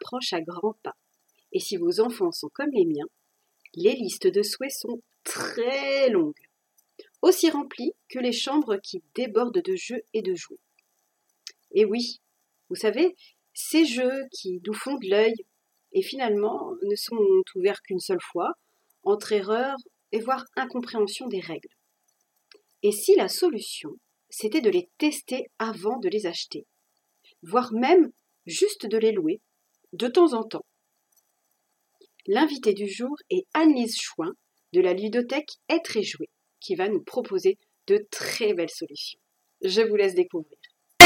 approche à grands pas. Et si vos enfants sont comme les miens, les listes de souhaits sont très longues, aussi remplies que les chambres qui débordent de jeux et de jouets. Et oui, vous savez, ces jeux qui nous font de l'œil et finalement ne sont ouverts qu'une seule fois, entre erreur et voire incompréhension des règles. Et si la solution, c'était de les tester avant de les acheter, voire même juste de les louer, de temps en temps. L'invitée du jour est Anne-Lise Chouin de la ludothèque Être et Jouer, qui va nous proposer de très belles solutions. Je vous laisse découvrir.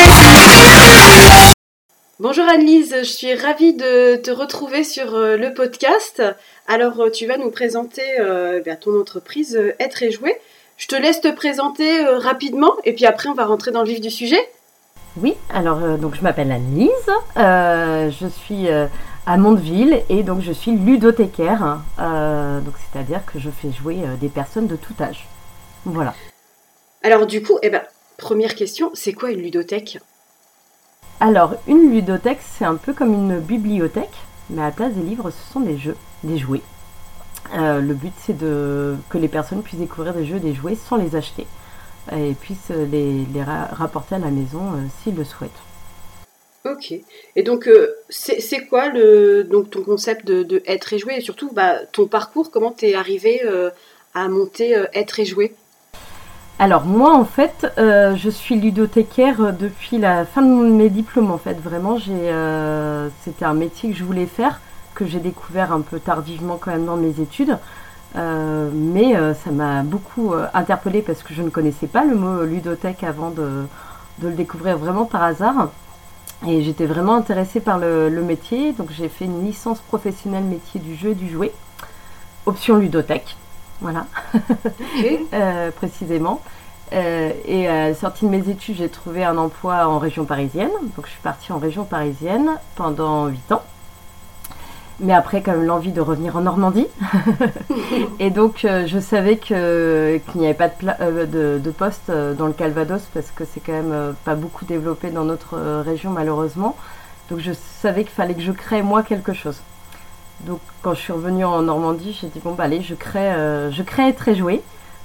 Bonjour Anne-Lise, je suis ravie de te retrouver sur le podcast. Alors tu vas nous présenter ton entreprise Être et Jouer. Je te laisse te présenter rapidement et puis après on va rentrer dans le vif du sujet. Oui, alors donc je m'appelle Anne-Lise, je suis à Mondeville et donc je suis ludothécaire, donc c'est-à-dire que je fais jouer des personnes de tout âge. Voilà. Alors du coup, première question, c'est quoi une ludothèque ? Alors une ludothèque, c'est un peu comme une bibliothèque, mais à la place des livres, ce sont des jeux, des jouets. Le but c'est que les personnes puissent découvrir des jeux, des jouets sans les acheter et puissent les rapporter à la maison s'ils le souhaitent. Ok. Et donc, c'est quoi ton concept de Être et Jouer et surtout ton parcours, comment t'es arrivé à monter Être et Jouer ? Alors moi en fait, je suis ludothécaire depuis la fin de mes diplômes en fait. Vraiment, c'était un métier que je voulais faire, que j'ai découvert un peu tardivement quand même dans mes études. Mais ça m'a beaucoup interpellée parce que je ne connaissais pas le mot ludothèque avant de le découvrir vraiment par hasard. Et j'étais vraiment intéressée par le métier. Donc j'ai fait une licence professionnelle métier du jeu et du jouet. Option ludothèque. Voilà. Okay. Précisément. Et à la sortie de mes études, j'ai trouvé un emploi en région parisienne. Donc je suis partie en région parisienne pendant 8 ans. Mais après, quand même, l'envie de revenir en Normandie. Et donc, je savais qu'il n'y avait pas de poste dans le Calvados parce que c'est quand même pas beaucoup développé dans notre région, malheureusement. Donc, je savais qu'il fallait que je crée, moi, quelque chose. Donc, quand je suis revenue en Normandie, j'ai dit, bon, allez, je crée Être et Jouer.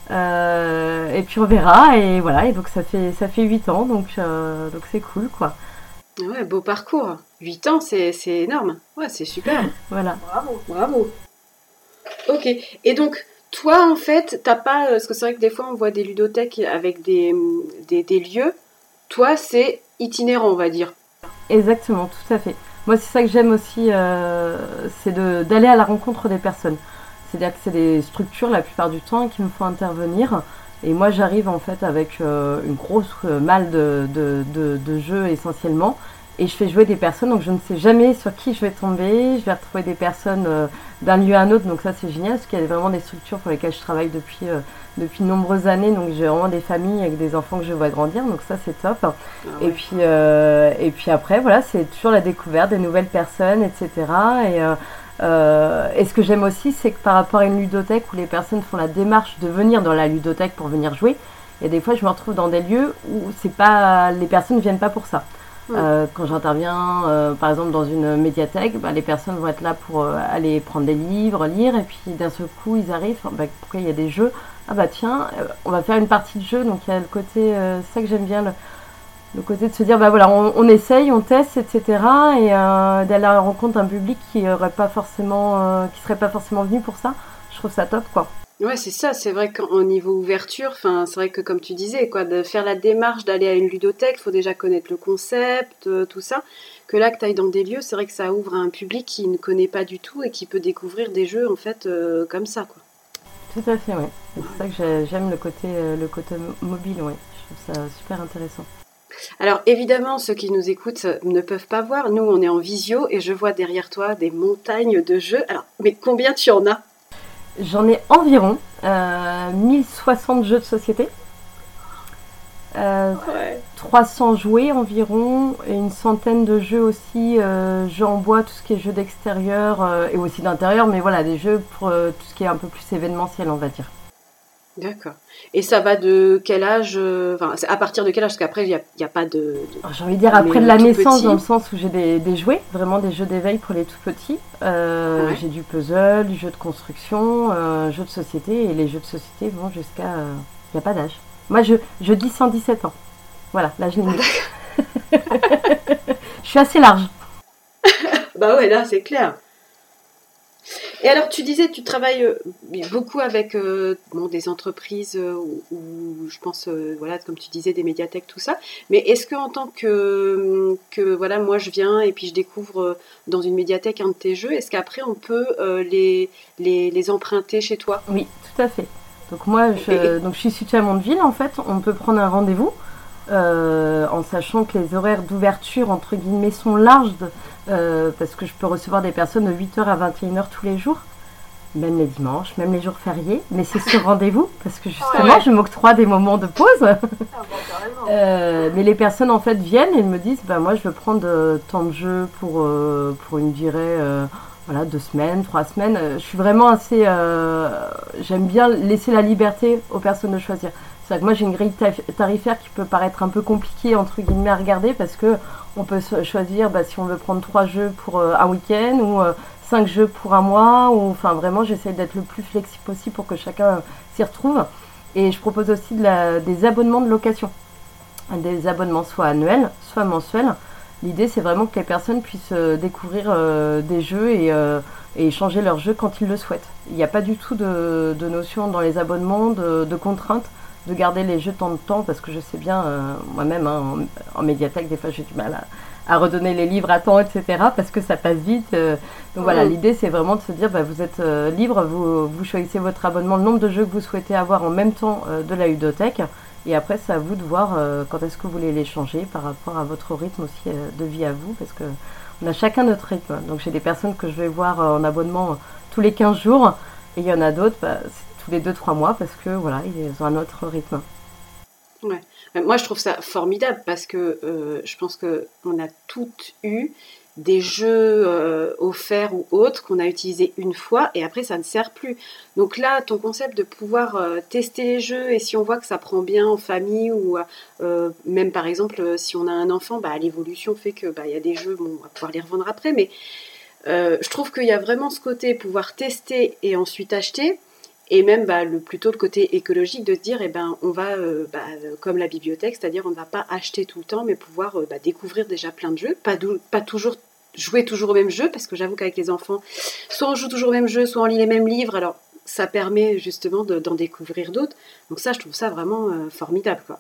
Et puis, on verra. Et voilà, et donc ça fait 8 ans. Donc c'est cool, quoi. Ouais, beau parcours. 8 ans, c'est énorme. Ouais, c'est super. Voilà. Bravo. Ok. Et donc, toi, en fait, t'as pas... Parce que c'est vrai que des fois, on voit des ludothèques avec des lieux. Toi, c'est itinérant, on va dire. Exactement, tout à fait. Moi, c'est ça que j'aime aussi, c'est d'aller à la rencontre des personnes. C'est-à-dire que c'est des structures, la plupart du temps, qui me font intervenir. Et moi, j'arrive en fait avec une grosse malle de jeux essentiellement. Et je fais jouer des personnes, donc je ne sais jamais sur qui je vais tomber. Je vais retrouver des personnes d'un lieu à un autre, donc ça c'est génial, parce qu'il y a vraiment des structures pour lesquelles je travaille depuis de nombreuses années. Donc j'ai vraiment des familles avec des enfants que je vois grandir, donc ça c'est top. Ah ouais. Et puis après, voilà, c'est toujours la découverte des nouvelles personnes, etc. Et ce que j'aime aussi, c'est que par rapport à une ludothèque où les personnes font la démarche de venir dans la ludothèque pour venir jouer, et des fois je me retrouve dans des lieux où les personnes ne viennent pas pour ça. Quand j'interviens par exemple dans une médiathèque, les personnes vont être là pour aller prendre des livres, lire, et puis d'un seul coup ils arrivent, pourquoi il y a des jeux, tiens, on va faire une partie de jeu. Donc il y a le côté, c'est ça que j'aime bien, le côté de se dire voilà, on essaye, on teste, etc. Et d'aller à la rencontre d'un public qui serait pas forcément venu pour ça. Je trouve ça top, quoi. Ouais, c'est ça, c'est vrai qu'au niveau ouverture, c'est vrai que comme tu disais, quoi, de faire la démarche d'aller à une ludothèque, il faut déjà connaître le concept, tout ça. Que là, que tu ailles dans des lieux, c'est vrai que ça ouvre à un public qui ne connaît pas du tout et qui peut découvrir des jeux, en fait, comme ça, quoi. Tout à fait, oui. C'est ça que j'aime, le côté mobile, oui. Je trouve ça super intéressant. Alors évidemment, ceux qui nous écoutent ne peuvent pas voir. Nous, on est en visio et je vois derrière toi des montagnes de jeux. Alors, mais combien tu en as ? J'en ai environ 1060 jeux de société, 300 jouets environ, et une centaine de jeux aussi, jeux en bois, tout ce qui est jeux d'extérieur et aussi d'intérieur, mais voilà, des jeux pour tout ce qui est un peu plus événementiel, on va dire. D'accord. Et ça va de quel âge enfin, c'est à partir de quel âge? Parce qu'après, il y a pas Alors, j'ai envie de dire mais après de la tout naissance, dans le petit. sens où j'ai des jouets, vraiment des jeux d'éveil pour les tout petits. Ouais. J'ai du puzzle, du jeu de construction, jeux de société, et les jeux de société vont jusqu'à... Il n'y a pas d'âge. Moi, je dis 117 ans. Voilà, l'âge limite. Je suis assez large. Bah ouais, là, c'est clair. Et alors, tu disais, tu travailles beaucoup avec des entreprises ou je pense, voilà, comme tu disais, des médiathèques, tout ça. Mais est-ce que en tant que voilà, moi je viens et puis je découvre dans une médiathèque un de tes jeux, est-ce qu'après on peut les emprunter chez toi? Oui, tout à fait. Donc moi, Et, je suis située à Mondeville, en fait. On peut prendre un rendez-vous en sachant que les horaires d'ouverture, entre guillemets, sont larges parce que je peux recevoir des personnes de 8h à 21h tous les jours, même les dimanches, même les jours fériés. Mais c'est sur rendez-vous parce que justement, ouais. je m'octroie des moments de pause. Mais les personnes, en fait, viennent et me disent, bah, moi, je veux prendre tant de jeux pour une durée... voilà, 2 semaines, 3 semaines. Je suis vraiment assez. J'aime bien laisser la liberté aux personnes de choisir. C'est-à-dire que moi j'ai une grille tarifaire qui peut paraître un peu compliquée entre guillemets à regarder parce que on peut choisir si on veut prendre 3 jeux pour un week-end ou 5 jeux pour un mois. Ou enfin vraiment j'essaie d'être le plus flexible possible pour que chacun s'y retrouve. Et je propose aussi des abonnements de location, des abonnements soit annuels, soit mensuels. L'idée, c'est vraiment que les personnes puissent découvrir des jeux et changer leurs jeux quand ils le souhaitent. Il n'y a pas du tout de notion dans les abonnements, de contraintes, de garder les jeux tant de temps, parce que je sais bien, moi-même, hein, en médiathèque, des fois, j'ai du mal à redonner les livres à temps, etc., parce que ça passe vite. Donc voilà, l'idée, c'est vraiment de se dire, vous êtes libre, vous choisissez votre abonnement, le nombre de jeux que vous souhaitez avoir en même temps de la ludothèque. Et après, c'est à vous de voir quand est-ce que vous voulez les changer par rapport à votre rythme aussi de vie à vous, parce que on a chacun notre rythme. Donc j'ai des personnes que je vais voir en abonnement tous les 15 jours, et il y en a d'autres c'est tous les 2-3 mois, parce que voilà, ils ont un autre rythme. Ouais. Moi, je trouve ça formidable parce que je pense que on a toutes eu des jeux offerts ou autres qu'on a utilisés une fois et après ça ne sert plus. Donc là, ton concept de pouvoir tester les jeux et si on voit que ça prend bien en famille ou même par exemple si on a un enfant, l'évolution fait que il y a des jeux, bon, on va pouvoir les revendre après, mais je trouve qu'il y a vraiment ce côté pouvoir tester et ensuite acheter. Et même plutôt le côté écologique de se dire on va comme la bibliothèque, c'est-à-dire on ne va pas acheter tout le temps mais pouvoir découvrir déjà plein de jeux, pas toujours jouer toujours au même jeu parce que j'avoue qu'avec les enfants soit on joue toujours au même jeu, soit on lit les mêmes livres, alors ça permet justement d'en découvrir d'autres. Donc ça je trouve ça vraiment formidable quoi.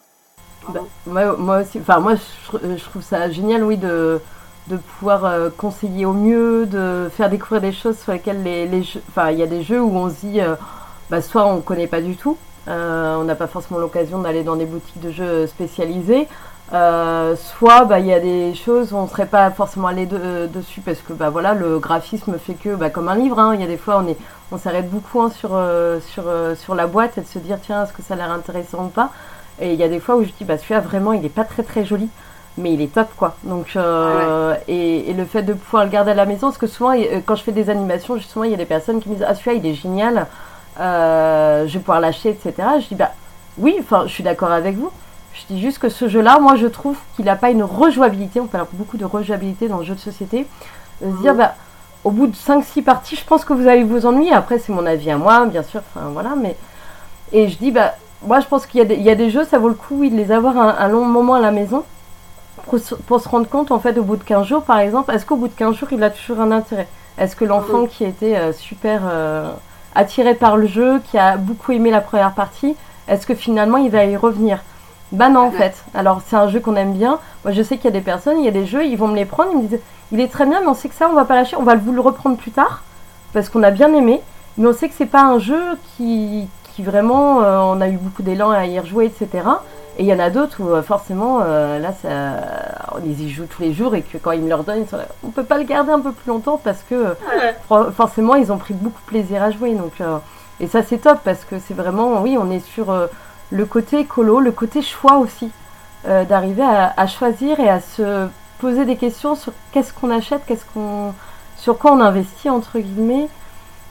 Moi aussi, enfin moi je trouve ça génial, oui, de pouvoir conseiller au mieux, de faire découvrir des choses sur lesquelles les jeux, enfin il y a des jeux où on se dit soit on ne connaît pas du tout, on n'a pas forcément l'occasion d'aller dans des boutiques de jeux spécialisées, soit il y a des choses où on ne serait pas forcément allé dessus parce que voilà, le graphisme fait que comme un livre, hein, il y a des fois on s'arrête beaucoup sur la boîte et de se dire tiens est-ce que ça a l'air intéressant ou pas, et il y a des fois où je dis celui-là vraiment il est pas très très joli mais il est top quoi. Donc et le fait de pouvoir le garder à la maison, parce que souvent quand je fais des animations justement il y a des personnes qui me disent celui-là il est génial, je vais pouvoir l'acheter, etc. Je dis oui, enfin je suis d'accord avec vous. Je dis juste que ce jeu-là, moi je trouve qu'il n'a pas une rejouabilité. On parle beaucoup de rejouabilité dans le jeu de société. De se dire au bout de 5-6 parties, je pense que vous allez vous ennuyer. Après c'est mon avis à moi, bien sûr. Enfin voilà, mais et je dis moi je pense qu'il y a des jeux, ça vaut le coup de les avoir un long moment à la maison. Pour se rendre compte, en fait, au bout de 15 jours, par exemple, est-ce qu'au bout de 15 jours, il a toujours un intérêt? Est-ce que l'enfant qui était super attiré par le jeu, qui a beaucoup aimé la première partie, est-ce que finalement, il va y revenir? Non, en fait. Alors, c'est un jeu qu'on aime bien. Moi, je sais qu'il y a des personnes, il y a des jeux, ils vont me les prendre, ils me disent, il est très bien, mais on sait que ça, on va pas lâcher, on va vous le reprendre plus tard, parce qu'on a bien aimé, mais on sait que c'est pas un jeu qui vraiment, on a eu beaucoup d'élan à y rejouer, etc. Et il y en a d'autres où forcément, là, on y joue tous les jours et que quand ils me le redonnent, on peut pas le garder un peu plus longtemps parce que forcément, ils ont pris beaucoup de plaisir à jouer. Donc, et ça, c'est top parce que c'est vraiment, oui, on est sur le côté écolo, le côté choix aussi, d'arriver à choisir et à se poser des questions sur qu'est-ce qu'on achète, sur quoi on investit, entre guillemets.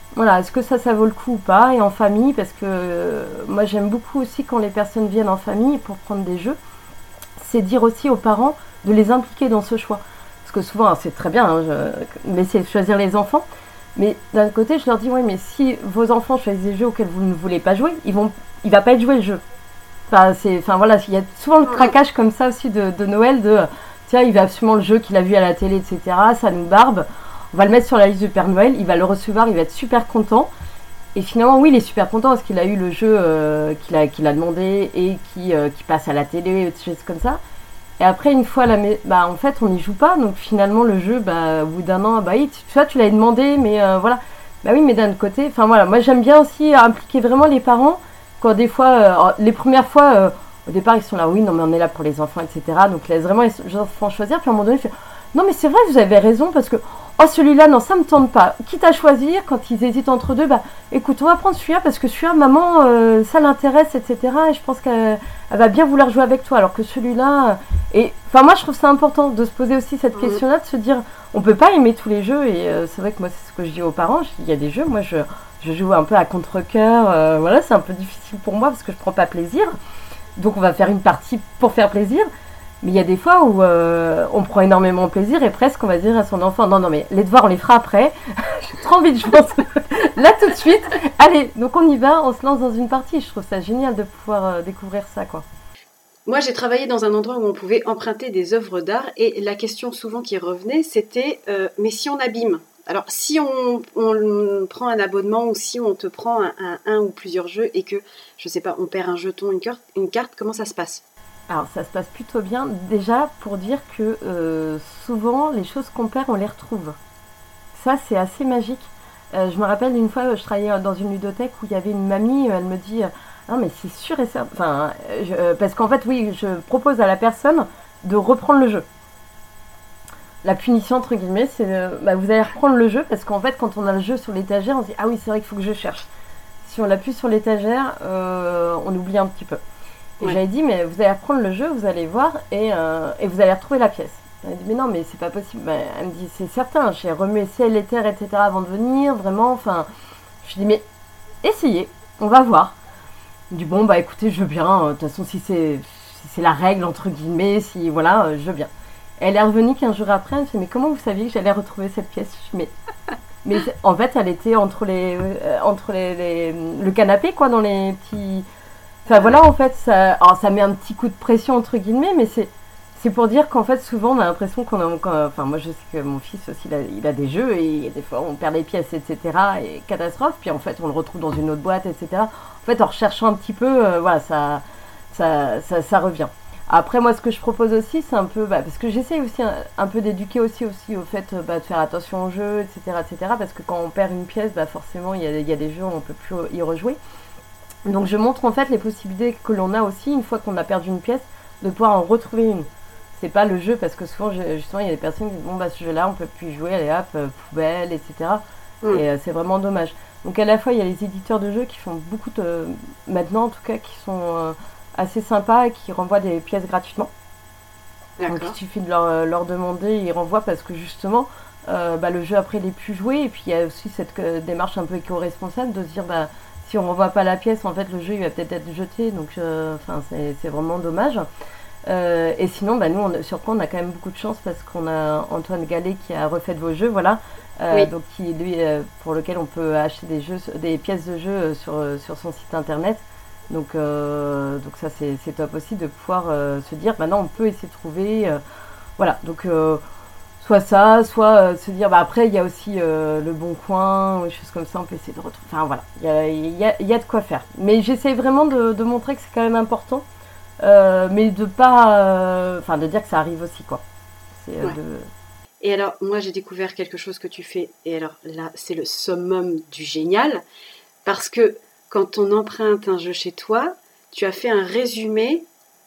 Voilà, est-ce que ça vaut le coup ou pas? Et en famille, parce que moi j'aime beaucoup aussi quand les personnes viennent en famille pour prendre des jeux, c'est dire aussi aux parents de les impliquer dans ce choix. Parce que souvent, c'est très bien, hein, mais c'est choisir les enfants. Mais d'un côté, je leur dis, oui, mais si vos enfants choisissent des jeux auxquels vous ne voulez pas jouer, il va pas être joué le jeu. Enfin voilà, il y a souvent le craquage comme ça aussi de Noël, tiens, il veut absolument le jeu qu'il a vu à la télé, etc. Ça nous barbe. On va le mettre sur la liste du Père Noël, il va le recevoir, il va être super content. Et finalement, oui, il est super content parce qu'il a eu le jeu qu'il a demandé et qui passe à la télé, des choses comme ça. Et après, une fois, en fait, on n'y joue pas. Donc finalement, le jeu, au bout d'un an, oui, tu l'avais demandé, mais voilà. Bah oui, mais d'un autre côté, enfin voilà, moi j'aime bien aussi impliquer vraiment les parents. Quand des fois, les premières fois, au départ, ils sont là, oui, non, mais on est là pour les enfants, etc. Donc laisse vraiment les enfants choisir. Puis à un moment donné, je fais, non, mais c'est vrai, vous avez raison, parce que, oh, celui-là, non, ça me tente pas. Quitte à choisir, quand ils hésitent entre deux, écoute, on va prendre celui-là, parce que celui-là, maman, ça l'intéresse, etc. Et je pense qu'elle va bien vouloir jouer avec toi, alors que celui-là. Et, enfin, moi, je trouve ça important de se poser aussi cette question-là, de se dire, on peut pas aimer tous les jeux, et c'est vrai que moi, c'est ce que je dis aux parents, il y a des jeux, moi, je joue un peu à contre-cœur, voilà, c'est un peu difficile pour moi, parce que je prends pas plaisir. Donc, on va faire une partie pour faire plaisir. Mais il y a des fois où on prend énormément plaisir et presque on va dire à son enfant non mais les devoirs on les fera après. J'ai trop envie de jouer là tout de suite. Allez, donc on y va, on se lance dans une partie. Je trouve ça génial de pouvoir découvrir ça quoi. Moi, j'ai travaillé dans un endroit où on pouvait emprunter des œuvres d'art et la question souvent qui revenait, c'était mais si on abîme? Alors, si on prend un abonnement ou si on te prend un ou plusieurs jeux et que, je sais pas, on perd un jeton, une carte, comment ça se passe? Alors ça se passe plutôt bien déjà pour dire que souvent les choses qu'on perd on les retrouve. Ça c'est assez magique. Je me rappelle une fois je travaillais dans une ludothèque où il y avait une mamie, elle me dit non mais c'est sûr et certain, enfin, parce qu'en fait oui je propose à la personne de reprendre le jeu. La punition entre guillemets c'est vous allez reprendre le jeu parce qu'en fait quand on a le jeu sur l'étagère on se dit ah oui c'est vrai qu'il faut que je cherche. Si on l'appuie sur l'étagère on oublie un petit peu. Et j'avais dit, mais vous allez reprendre le jeu, vous allez voir, et vous allez retrouver la pièce. Elle m'a dit, mais non, mais c'est pas possible. Elle me dit, c'est certain, j'ai remué ciel et terre, etc. avant de venir, vraiment, enfin. Je lui dis, mais essayez, on va voir. Elle me dit, bon, écoutez, je veux bien, de toute façon, si c'est la règle, entre guillemets, si, voilà, je veux bien. Et elle est revenue 15 jours après, elle me dit, mais comment vous saviez que j'allais retrouver cette pièce? Je dis, mais en fait, elle était entre le canapé, quoi, dans les petits. Enfin voilà, en fait, ça met un petit coup de pression entre guillemets, mais c'est pour dire qu'en fait, souvent, on a l'impression enfin, moi, je sais que mon fils aussi, il a des jeux et des fois, on perd les pièces, etc. Et catastrophe. Puis en fait, on le retrouve dans une autre boîte, etc. En fait, en recherchant un petit peu, voilà, ça revient. Après, moi, ce que je propose aussi, c'est un peu, parce que j'essaye aussi un peu d'éduquer aussi au fait de faire attention aux jeux, etc., etc. Parce que quand on perd une pièce, forcément, il y a des jeux où on peut plus y rejouer. Donc je montre en fait les possibilités que l'on a aussi une fois qu'on a perdu une pièce de pouvoir en retrouver une. C'est pas le jeu parce que souvent justement il y a des personnes qui disent bon ce jeu là on peut plus y jouer, allez hop, poubelle, etc. Et c'est vraiment dommage. Donc à la fois il y a les éditeurs de jeux qui font beaucoup de maintenant en tout cas qui sont assez sympas et qui renvoient des pièces gratuitement. Donc il suffit de leur demander, ils renvoient parce que justement le jeu après il est plus joué et puis il y a aussi cette démarche un peu éco-responsable de se dire si on ne renvoie pas la pièce, en fait, le jeu il va peut-être être jeté, donc c'est vraiment dommage. Et sinon, nous, sur quoi on a quand même beaucoup de chance parce qu'on a Antoine Gallet qui a refait vos jeux, voilà. Donc pour lequel on peut acheter des pièces de jeux sur son site internet. Donc ça c'est top aussi de pouvoir se dire, non, on peut essayer de trouver, voilà. Donc soit ça, soit se dire après il y a aussi le Bon Coin, des choses comme ça, on peut essayer de retrouver. Enfin voilà, il y a de quoi faire. Mais j'essaie vraiment de montrer que c'est quand même important, mais de pas, de dire que ça arrive aussi quoi. Et alors moi j'ai découvert quelque chose que tu fais, et alors là c'est le summum du génial, parce que quand on emprunte un jeu chez toi, tu as fait un résumé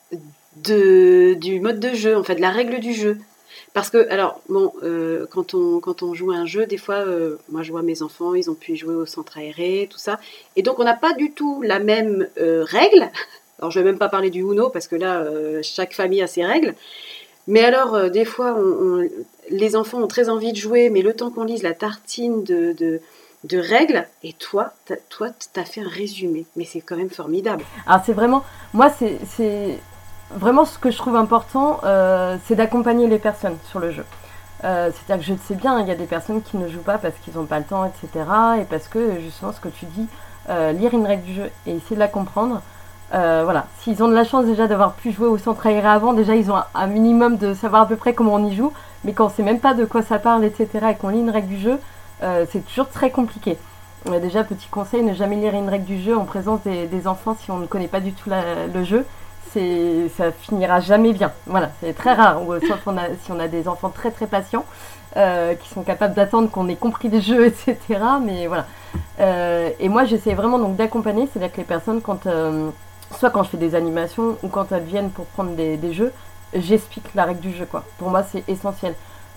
du mode de jeu, en fait, de la règle du jeu. Parce que, alors, bon, quand on joue à un jeu, des fois, moi je vois mes enfants, ils ont pu y jouer au centre aéré, tout ça. Et donc, on n'a pas du tout la même règle. Alors, je ne vais même pas parler du Uno, parce que là, chaque famille a ses règles. Mais alors, des fois, les enfants ont très envie de jouer, mais le temps qu'on lise la tartine de règles et toi, t'as fait un résumé. Mais c'est quand même formidable. Alors c'est vraiment, moi c'est vraiment ce que je trouve important, c'est d'accompagner les personnes sur le jeu. C'est-à-dire que je le sais bien, il y a des personnes qui ne jouent pas parce qu'ils n'ont pas le temps, etc. Et parce que justement ce que tu dis, lire une règle du jeu et essayer de la comprendre. Voilà, s'ils ont de la chance déjà d'avoir pu jouer au centre aéré avant, déjà ils ont un minimum de savoir à peu près comment on y joue, mais quand on sait même pas de quoi ça parle, etc., et qu'on lit une règle du jeu, c'est toujours très compliqué. Déjà, petit conseil, ne jamais lire une règle du jeu en présence des enfants si on ne connaît pas du tout le jeu. Ça finira jamais bien. Voilà, c'est très rare. Sauf si on a des enfants très très patients qui sont capables d'attendre qu'on ait compris les jeux, etc. Mais voilà. Et moi, j'essaie vraiment donc d'accompagner, c'est-à-dire que les personnes, soit quand je fais des animations ou quand elles viennent pour prendre des jeux, j'explique la règle du jeu, quoi. Pour moi, c'est essentiel.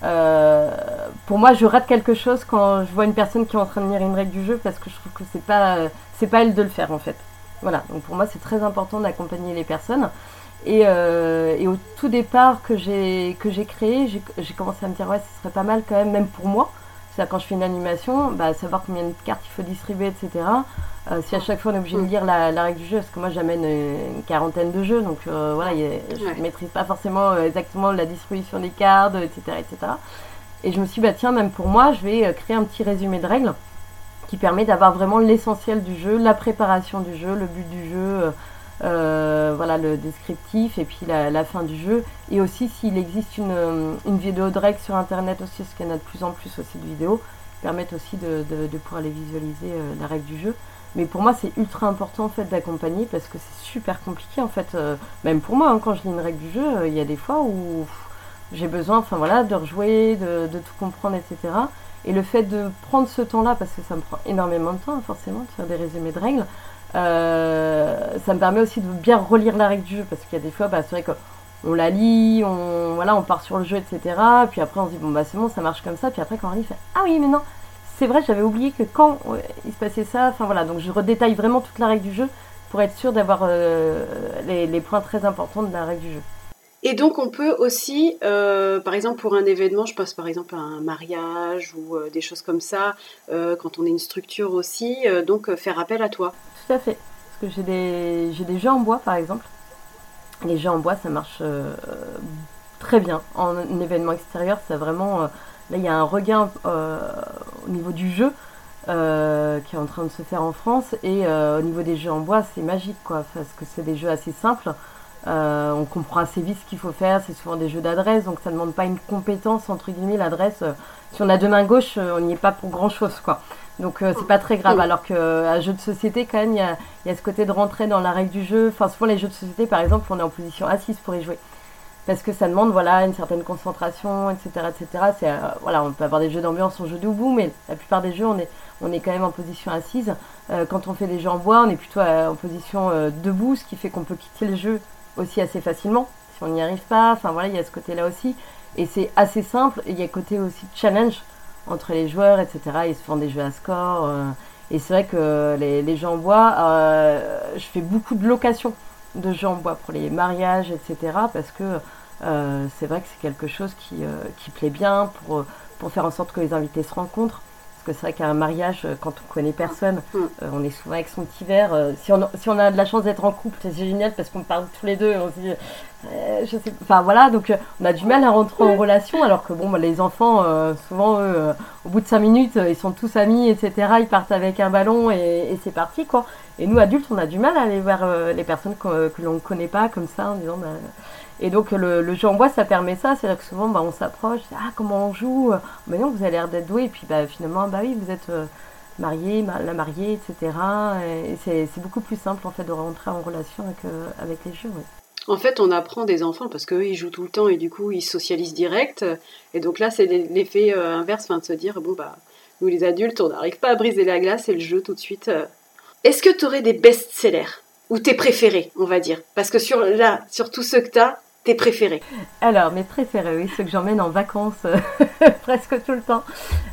Pour moi, je rate quelque chose quand je vois une personne qui est en train de lire une règle du jeu parce que je trouve que c'est pas elle de le faire en fait. Voilà, donc pour moi c'est très important d'accompagner les personnes. Et au tout départ que j'ai créé, j'ai commencé à me dire ouais, ce serait pas mal quand même pour moi. C'est-à-dire quand je fais une animation, savoir combien de cartes il faut distribuer, etc. Si à chaque fois on est obligé de lire la règle du jeu, parce que moi j'amène une quarantaine de jeux, donc voilà, je ne maîtrise pas forcément exactement la distribution des cartes, etc., etc. Et je me suis dit, tiens, même pour moi, je vais créer un petit résumé de règles qui permet d'avoir vraiment l'essentiel du jeu, la préparation du jeu, le but du jeu, voilà, le descriptif et puis la fin du jeu. Et aussi s'il existe une vidéo de règles sur internet aussi, parce qu'il y en a de plus en plus aussi de vidéos, qui permettent aussi de pouvoir aller visualiser la règle du jeu. Mais pour moi c'est ultra important en fait d'accompagner parce que c'est super compliqué en fait, même pour moi, quand je lis une règle du jeu, il y a des fois où j'ai besoin de rejouer, de tout comprendre, etc. Et le fait de prendre ce temps-là, parce que ça me prend énormément de temps forcément de faire des résumés de règles, ça me permet aussi de bien relire la règle du jeu, parce qu'il y a des fois, c'est vrai qu'on la lit, on part sur le jeu, etc. Puis après on se dit c'est bon, ça marche comme ça. Puis après quand on lit, ah oui mais non, c'est vrai, j'avais oublié que quand il se passait ça, donc je redétaille vraiment toute la règle du jeu pour être sûr d'avoir les points très importants de la règle du jeu. Et donc on peut aussi, par exemple pour un événement, je pense par exemple à un mariage ou des choses comme ça, quand on est une structure aussi, donc faire appel à toi. Tout à fait, parce que j'ai des jeux en bois par exemple. Les jeux en bois ça marche très bien. En événement extérieur, c'est vraiment... là il y a un regain au niveau du jeu qui est en train de se faire en France, et au niveau des jeux en bois c'est magique quoi, parce que c'est des jeux assez simples. On comprend assez vite ce qu'il faut faire, c'est souvent des jeux d'adresse, donc ça ne demande pas une compétence, entre guillemets, l'adresse. Si on a deux mains gauches, on n'y est pas pour grand chose, quoi. Donc c'est pas très grave, alors qu'un jeu de société, quand même, il y a ce côté de rentrer dans la règle du jeu. Enfin, souvent les jeux de société, par exemple, on est en position assise pour y jouer. Parce que ça demande une certaine concentration, etc. etc. On peut avoir des jeux d'ambiance en jeu debout, mais la plupart des jeux, on est quand même en position assise. Quand on fait des jeux en bois, on est plutôt en position debout, ce qui fait qu'on peut quitter le jeu aussi assez facilement si on n'y arrive pas. Il y a ce côté là aussi, et c'est assez simple. Et il y a le côté aussi de challenge entre les joueurs, etc. Ils se font des jeux à score, et c'est vrai que les jeux en bois, je fais beaucoup de locations de jeux en bois pour les mariages, etc. parce que c'est vrai que c'est quelque chose qui plaît bien pour faire en sorte que les invités se rencontrent. Parce que c'est vrai qu'à un mariage, quand on connaît personne, on est souvent avec son petit verre. Si on a de la chance d'être en couple, c'est génial parce qu'on parle tous les deux et on se dit, je sais, donc on a du mal à rentrer en relation, alors que les enfants, souvent eux, au bout de 5 minutes, ils sont tous amis, etc. Ils partent avec un ballon et c'est parti, quoi. Et nous adultes, on a du mal à aller vers les personnes que l'on ne connaît pas comme ça, en disant et donc le jeu en bois ça permet ça, c'est-à-dire que souvent on s'approche, comment on joue, mais non, vous avez l'air d'être doué, et puis finalement oui, vous êtes marié, la mariée, etc. Et c'est beaucoup plus simple en fait de rentrer en relation avec les jeux. Ouais. En fait, on apprend des enfants parce qu'eux ils jouent tout le temps et du coup ils socialisent direct, et donc là c'est l'effet inverse, de se dire nous les adultes on n'arrive pas à briser la glace et le jeu tout de suite. Est-ce que tu aurais des best-sellers ou tes préférés, on va dire, parce que sur tous ceux que tu as, tes préférés? Alors, mes préférés, oui, ceux que j'emmène en vacances presque tout le temps.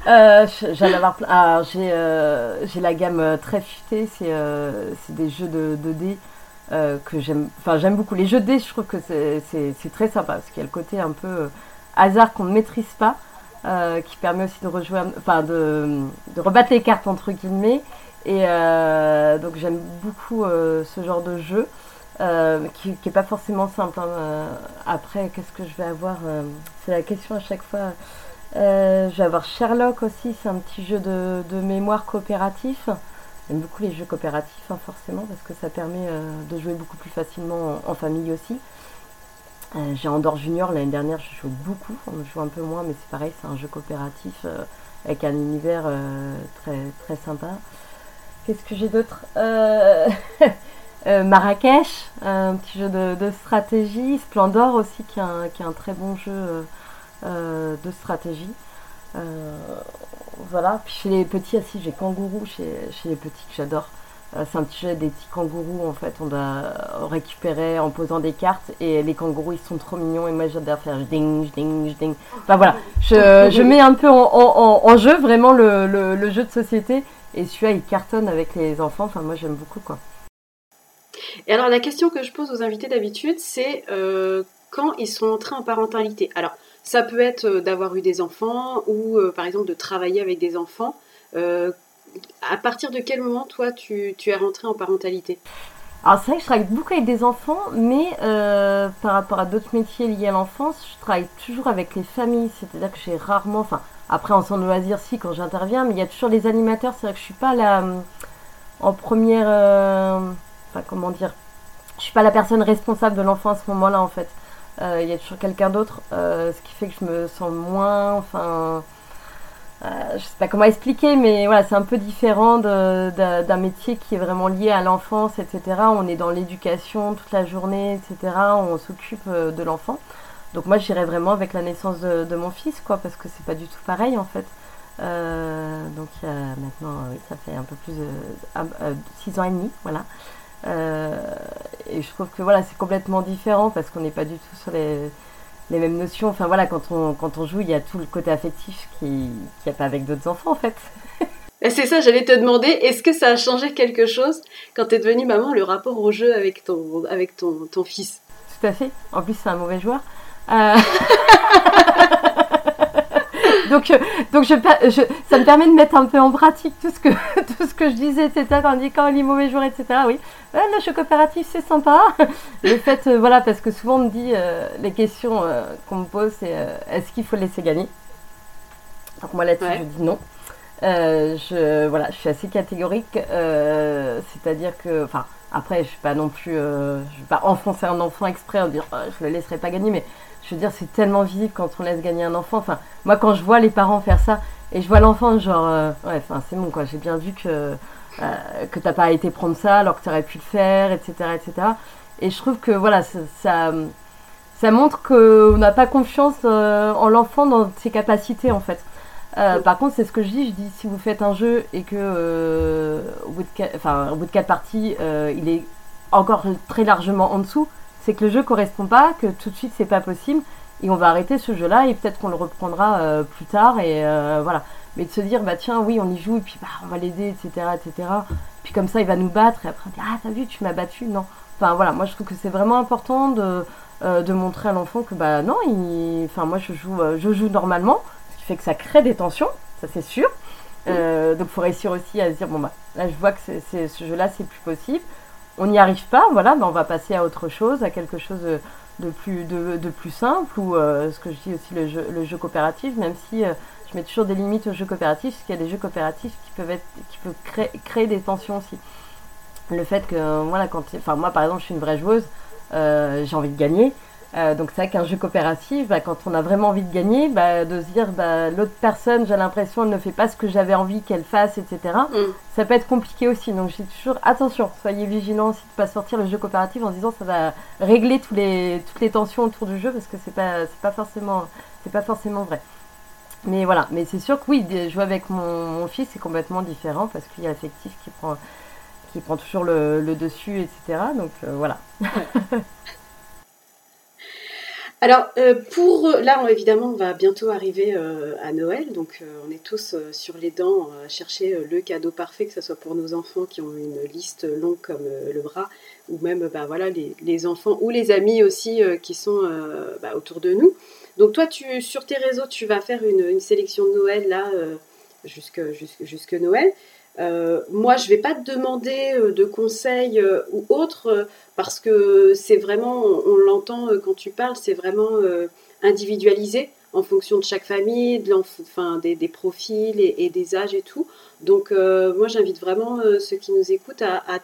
J'en avoir plein. Alors, j'ai la gamme très futée, c'est des jeux de dés que j'aime. Enfin, j'aime beaucoup. Les jeux de dés, je trouve que c'est très sympa, parce qu'il y a le côté un peu hasard qu'on ne maîtrise pas. qui permet aussi de rejouer, enfin de rebattre les cartes entre guillemets. Et donc j'aime beaucoup ce genre de jeu qui est pas forcément simple. Hein. Après, qu'est-ce que je vais avoir c'est la question à chaque fois. Je vais avoir Sherlock aussi, c'est un petit jeu de mémoire coopératif. J'aime beaucoup les jeux coopératifs, hein, forcément, parce que ça permet de jouer beaucoup plus facilement en famille aussi. J'ai Andorre Junior, l'année dernière, je joue beaucoup, on joue un peu moins, mais c'est pareil, c'est un jeu coopératif avec un univers très, très sympa. Qu'est-ce que j'ai d'autre Marrakech, un petit jeu de stratégie. Splendor aussi, qui est un très bon jeu de stratégie. Euh, voilà. Puis chez les petits, aussi, j'ai Kangourou chez les petits que j'adore. C'est un petit jeu des petits kangourous en fait. On doit récupérer en posant des cartes et les kangourous ils sont trop mignons et moi j'adore faire ding, ding, ding. Enfin voilà, je mets un peu en jeu vraiment le jeu de société et celui-là il cartonne avec les enfants. Enfin moi j'aime beaucoup quoi. Et alors la question que je pose aux invités d'habitude, c'est quand ils sont entrés en parentalité. Alors ça peut être d'avoir eu des enfants ou par exemple de travailler avec des enfants. Euh, à partir de quel moment toi tu es rentré en parentalité? Alors c'est vrai que je travaille beaucoup avec des enfants, mais par rapport à d'autres métiers liés à l'enfance, je travaille toujours avec les familles. C'est-à-dire que j'ai rarement, enfin après en centre de loisirs si quand j'interviens, mais il y a toujours les animateurs. C'est vrai que je suis pas là en première, enfin comment dire, je suis pas la personne responsable de l'enfant à ce moment-là en fait. Il y a toujours quelqu'un d'autre, ce qui fait que je me sens moins, enfin je sais pas comment expliquer, mais voilà, c'est un peu différent d'un métier qui est vraiment lié à l'enfance, etc. On est dans l'éducation toute la journée, etc. On s'occupe de l'enfant. Donc moi, j'irais vraiment avec la naissance de mon fils, quoi, parce que c'est pas du tout pareil, en fait. Donc maintenant, oui, ça fait un peu plus de 6 ans et demi, voilà. Euh, et je trouve que voilà, c'est complètement différent parce qu'on n'est pas du tout sur les mêmes notions. Enfin voilà, quand on joue, il y a tout le côté affectif qui n'y a pas avec d'autres enfants en fait. Et c'est ça, j'allais te demander, est-ce que ça a changé quelque chose quand tu es devenue maman, le rapport au jeu avec ton fils? Tout à fait. En plus, c'est un mauvais joueur. Euh, donc, donc ça me permet de mettre un peu en pratique tout ce que je disais, etc. Quand on dit quand il est mauvais joueur, etc. Oui, le jeu coopératif, c'est sympa. Le fait, voilà, parce que souvent on me dit, les questions qu'on me pose, c'est est-ce qu'il faut le laisser gagner. Donc moi là-dessus, je Ouais. dis non. Je suis assez catégorique, c'est-à-dire que, enfin, après, je suis pas non plus, je vais pas enfoncer un enfant exprès en dire, je le laisserai pas gagner, mais je veux dire, c'est tellement visible quand on laisse gagner un enfant. Enfin, moi, quand je vois les parents faire ça et je vois l'enfant, genre, ouais, enfin, c'est bon, quoi. J'ai bien vu que t'as pas été prendre ça alors que t'aurais pu le faire, etc., etc. Et cetera. Et je trouve que, voilà, ça montre qu'on n'a pas confiance en l'enfant dans ses capacités, en fait. Par contre, c'est ce que je dis si vous faites un jeu et que au bout de 4 parties, il est encore très largement en dessous, c'est que le jeu correspond pas, que tout de suite c'est pas possible, et on va arrêter ce jeu-là et peut-être qu'on le reprendra plus tard et voilà. Mais de se dire bah tiens oui on y joue et puis bah on va l'aider etc etc. Puis comme ça il va nous battre et après on dit ah t'as vu tu m'as battu non. Enfin voilà moi je trouve que c'est vraiment important de montrer à l'enfant que bah non enfin moi je joue normalement fait que ça crée des tensions, ça c'est sûr. Donc il faut réussir aussi à se dire bon bah là je vois que ce jeu-là c'est plus possible. On n'y arrive pas, voilà, bah, on va passer à autre chose, à quelque chose de plus simple ou ce que je dis aussi le jeu coopératif, même si je mets toujours des limites au jeu coopératif, parce qu'il y a des jeux coopératifs qui peuvent créer des tensions aussi. Le fait que voilà enfin moi par exemple je suis une vraie joueuse, j'ai envie de gagner. Donc c'est vrai qu'un jeu coopératif, bah, quand on a vraiment envie de gagner, bah, de se dire bah, l'autre personne, j'ai l'impression, elle ne fait pas ce que j'avais envie qu'elle fasse, etc. Mm. Ça peut être compliqué aussi. Donc j'ai toujours attention, soyez vigilants aussi de ne pas sortir le jeu coopératif en se disant ça va régler toutes les tensions autour du jeu parce que c'est pas forcément vrai. Mais voilà, mais c'est sûr que oui, jouer avec mon fils c'est complètement différent parce qu'il y a l'affectif qui prend toujours le dessus, etc. Donc voilà. Ouais. Alors, là, évidemment, on va bientôt arriver à Noël, donc on est tous sur les dents à chercher le cadeau parfait, que ce soit pour nos enfants qui ont une liste longue comme le bras, ou même bah, voilà, les enfants ou les amis aussi qui sont bah, autour de nous. Donc toi, sur tes réseaux, tu vas faire une sélection de Noël là, jusque Noël. Moi, je vais pas te demander de conseils ou autres parce que c'est vraiment, on l'entend quand tu parles, c'est vraiment individualisé en fonction de chaque famille, des profils et des âges et tout. Donc moi, j'invite vraiment ceux qui nous écoutent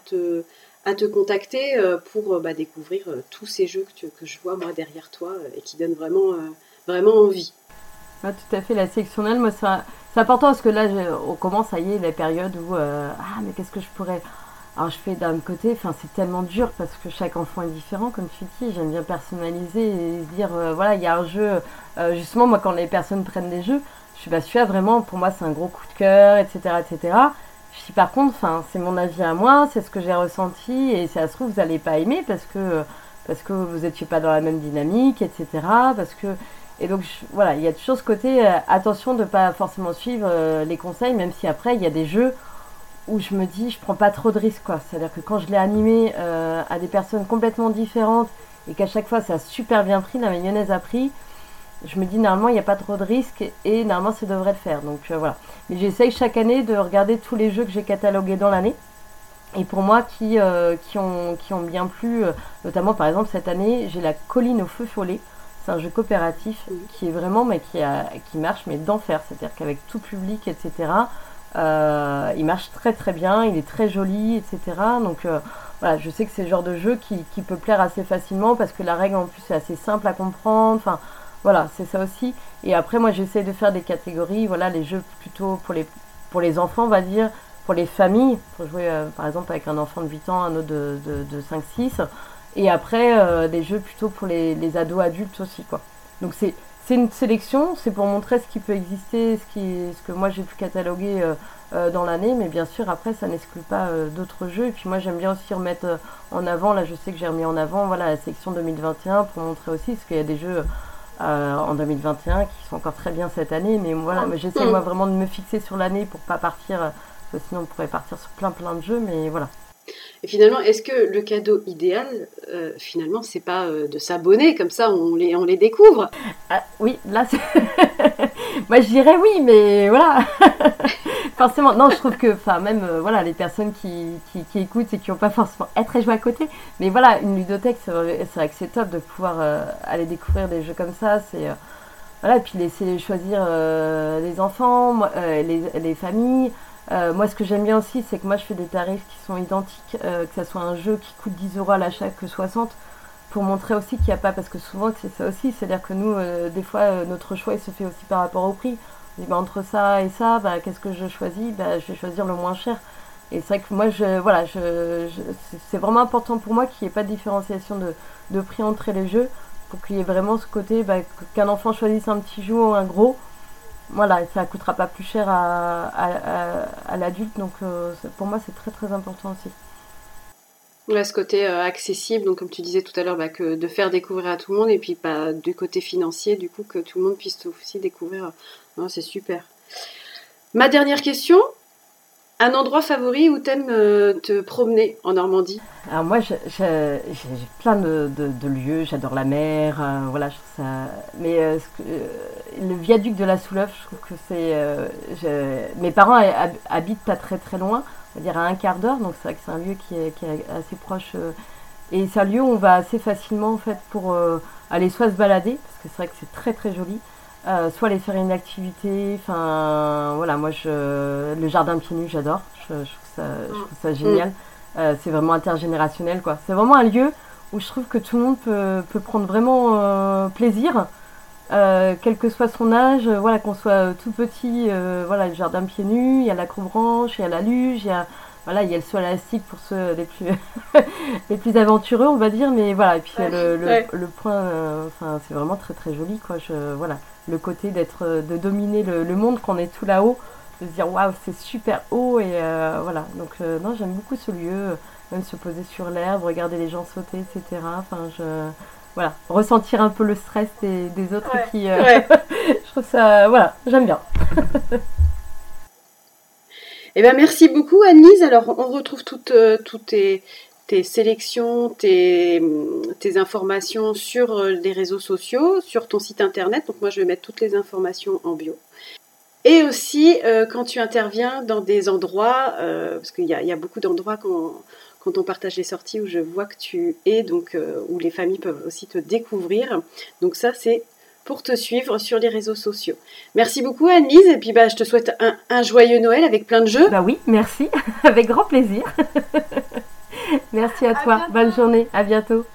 à te contacter pour découvrir tous ces jeux que je vois moi derrière toi et qui donnent vraiment envie. Ouais, tout à fait, la sélectionnelle, moi, c'est important parce que là, on commence, ça y est, les périodes où, mais qu'est-ce que je pourrais. Alors, je fais d'un côté, enfin, c'est tellement dur parce que chaque enfant est différent, comme tu dis, j'aime bien personnaliser et dire, voilà, il y a un jeu, justement, moi, quand les personnes prennent des jeux, je suis, celui-là, vraiment, pour moi, c'est un gros coup de cœur, etc., etc. Je dis, par contre, enfin, c'est mon avis à moi, c'est ce que j'ai ressenti et si ça se trouve, vous n'allez pas aimer parce que vous n'étiez pas dans la même dynamique, etc., parce que. Et donc, voilà, il y a toujours ce côté, attention de ne pas forcément suivre les conseils, même si après, il y a des jeux où je me dis, je prends pas trop de risques, quoi. C'est-à-dire que quand je l'ai animé à des personnes complètement différentes et qu'à chaque fois, ça a super bien pris, la mayonnaise a pris, je me dis, normalement, il n'y a pas trop de risques et normalement, ça devrait le faire. Donc, voilà. Mais j'essaye chaque année de regarder tous les jeux que j'ai catalogués dans l'année. Et pour moi, qui ont bien plu, notamment, par exemple, cette année, j'ai la Colline au feu follet. C'est un jeu coopératif qui est vraiment, mais qui marche, mais d'enfer. C'est-à-dire qu'avec tout public, etc., il marche très très bien, il est très joli, etc. Donc voilà, je sais que c'est le genre de jeu qui peut plaire assez facilement parce que la règle en plus est assez simple à comprendre. Enfin, voilà, c'est ça aussi. Et après, moi, j'essaie de faire des catégories. Voilà, les jeux plutôt pour les enfants, on va dire, pour les familles, pour jouer par exemple avec un enfant de 8 ans, un autre de 5-6. Et après, des jeux plutôt pour les ados adultes aussi, quoi. Donc c'est une sélection, c'est pour montrer ce qui peut exister, ce que moi j'ai pu cataloguer dans l'année, mais bien sûr après ça n'exclut pas d'autres jeux. Et puis moi j'aime bien aussi remettre en avant, là je sais que j'ai remis en avant voilà, la sélection 2021 pour montrer aussi, parce qu'il y a des jeux en 2021 qui sont encore très bien cette année, mais voilà, j'essaie moi vraiment de me fixer sur l'année pour pas partir, parce que sinon on pourrait partir sur plein de jeux, mais voilà. Et finalement, est-ce que le cadeau idéal, finalement, c'est pas de s'abonner, comme ça on les découvre? Oui, là c'est... Moi je dirais oui, mais voilà. Forcément, non, je trouve que, enfin même, voilà, les personnes qui écoutent et qui n'ont pas forcément être jouer à côté, mais voilà, une ludothèque, c'est vrai que c'est top de pouvoir aller découvrir des jeux comme ça, voilà, et puis laisser choisir les enfants, les familles. Moi, ce que j'aime bien aussi, c'est que moi, je fais des tarifs qui sont identiques, que ça soit un jeu qui coûte 10 € à l'achat que 60, pour montrer aussi qu'il n'y a pas, parce que souvent, c'est ça aussi, c'est-à-dire que nous, des fois, notre choix, il se fait aussi par rapport au prix. On dit, entre ça et ça, qu'est-ce que je choisis? Je vais choisir le moins cher. Et c'est vrai que moi, c'est vraiment important pour moi qu'il n'y ait pas de différenciation de prix entre les jeux, pour qu'il y ait vraiment ce côté, qu'un enfant choisisse un petit jeu ou un gros. Voilà, ça ne coûtera pas plus cher à l'adulte, donc pour moi c'est très très important aussi. Ouais, ce côté accessible, donc comme tu disais tout à l'heure, que de faire découvrir à tout le monde, et puis du côté financier, du coup, que tout le monde puisse aussi découvrir. Non, c'est super. Ma dernière question, un endroit favori où t'aimes te promener en Normandie? Alors moi, j'ai plein de lieux, j'adore la mer, voilà, je trouve ça... Mais le viaduc de la Souleuve, je trouve que c'est... Mes parents habitent pas très très loin, on va dire à un quart d'heure, donc c'est vrai que c'est un lieu qui est assez proche. Et c'est un lieu où on va assez facilement, en fait, pour aller soit se balader, parce que c'est vrai que c'est très très joli, soit aller faire une activité, enfin, voilà, moi, le jardin pieds nus, j'adore, je trouve ça génial. C'est vraiment intergénérationnel, quoi. C'est vraiment un lieu où je trouve que tout le monde peut prendre vraiment plaisir, quel que soit son âge, voilà, qu'on soit tout petit, voilà, le jardin pieds nus, il y a l'acrobranche, il y a la luge, voilà, il y a le saut élastique pour ceux les plus les plus aventureux, on va dire, mais voilà, et puis le point, enfin, c'est vraiment très très joli, quoi. Voilà, le côté de dominer le monde quand on est tout là-haut, de se dire waouh, c'est super haut, et voilà, donc non, j'aime beaucoup ce lieu, même se poser sur l'herbe, regarder les gens sauter, etc. Enfin, voilà, ressentir un peu le stress des autres qui je trouve ça, voilà, j'aime bien. Eh ben merci beaucoup Anne-Lise. Alors on retrouve toutes tes tes sélections, tes informations sur les réseaux sociaux, sur ton site internet. Donc moi, je vais mettre toutes les informations en bio. Et aussi, quand tu interviens dans des endroits, parce qu'il y a beaucoup d'endroits quand on partage les sorties où je vois que tu es, donc où les familles peuvent aussi te découvrir. Donc ça, c'est pour te suivre sur les réseaux sociaux. Merci beaucoup Anne-Lise, et puis je te souhaite un joyeux Noël avec plein de jeux. Oui, merci, avec grand plaisir. Merci à toi, bientôt. Bonne journée, à bientôt.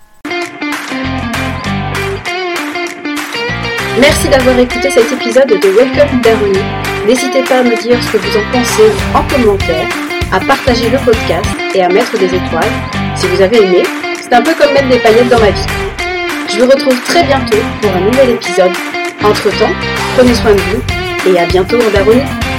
Merci d'avoir écouté cet épisode de Welcome Darony. N'hésitez pas à me dire ce que vous en pensez en commentaire, à partager le podcast et à mettre des étoiles si vous avez aimé. C'est un peu comme mettre des paillettes dans ma vie. Je vous retrouve très bientôt pour un nouvel épisode. Entre-temps, prenez soin de vous et à bientôt en Daronie.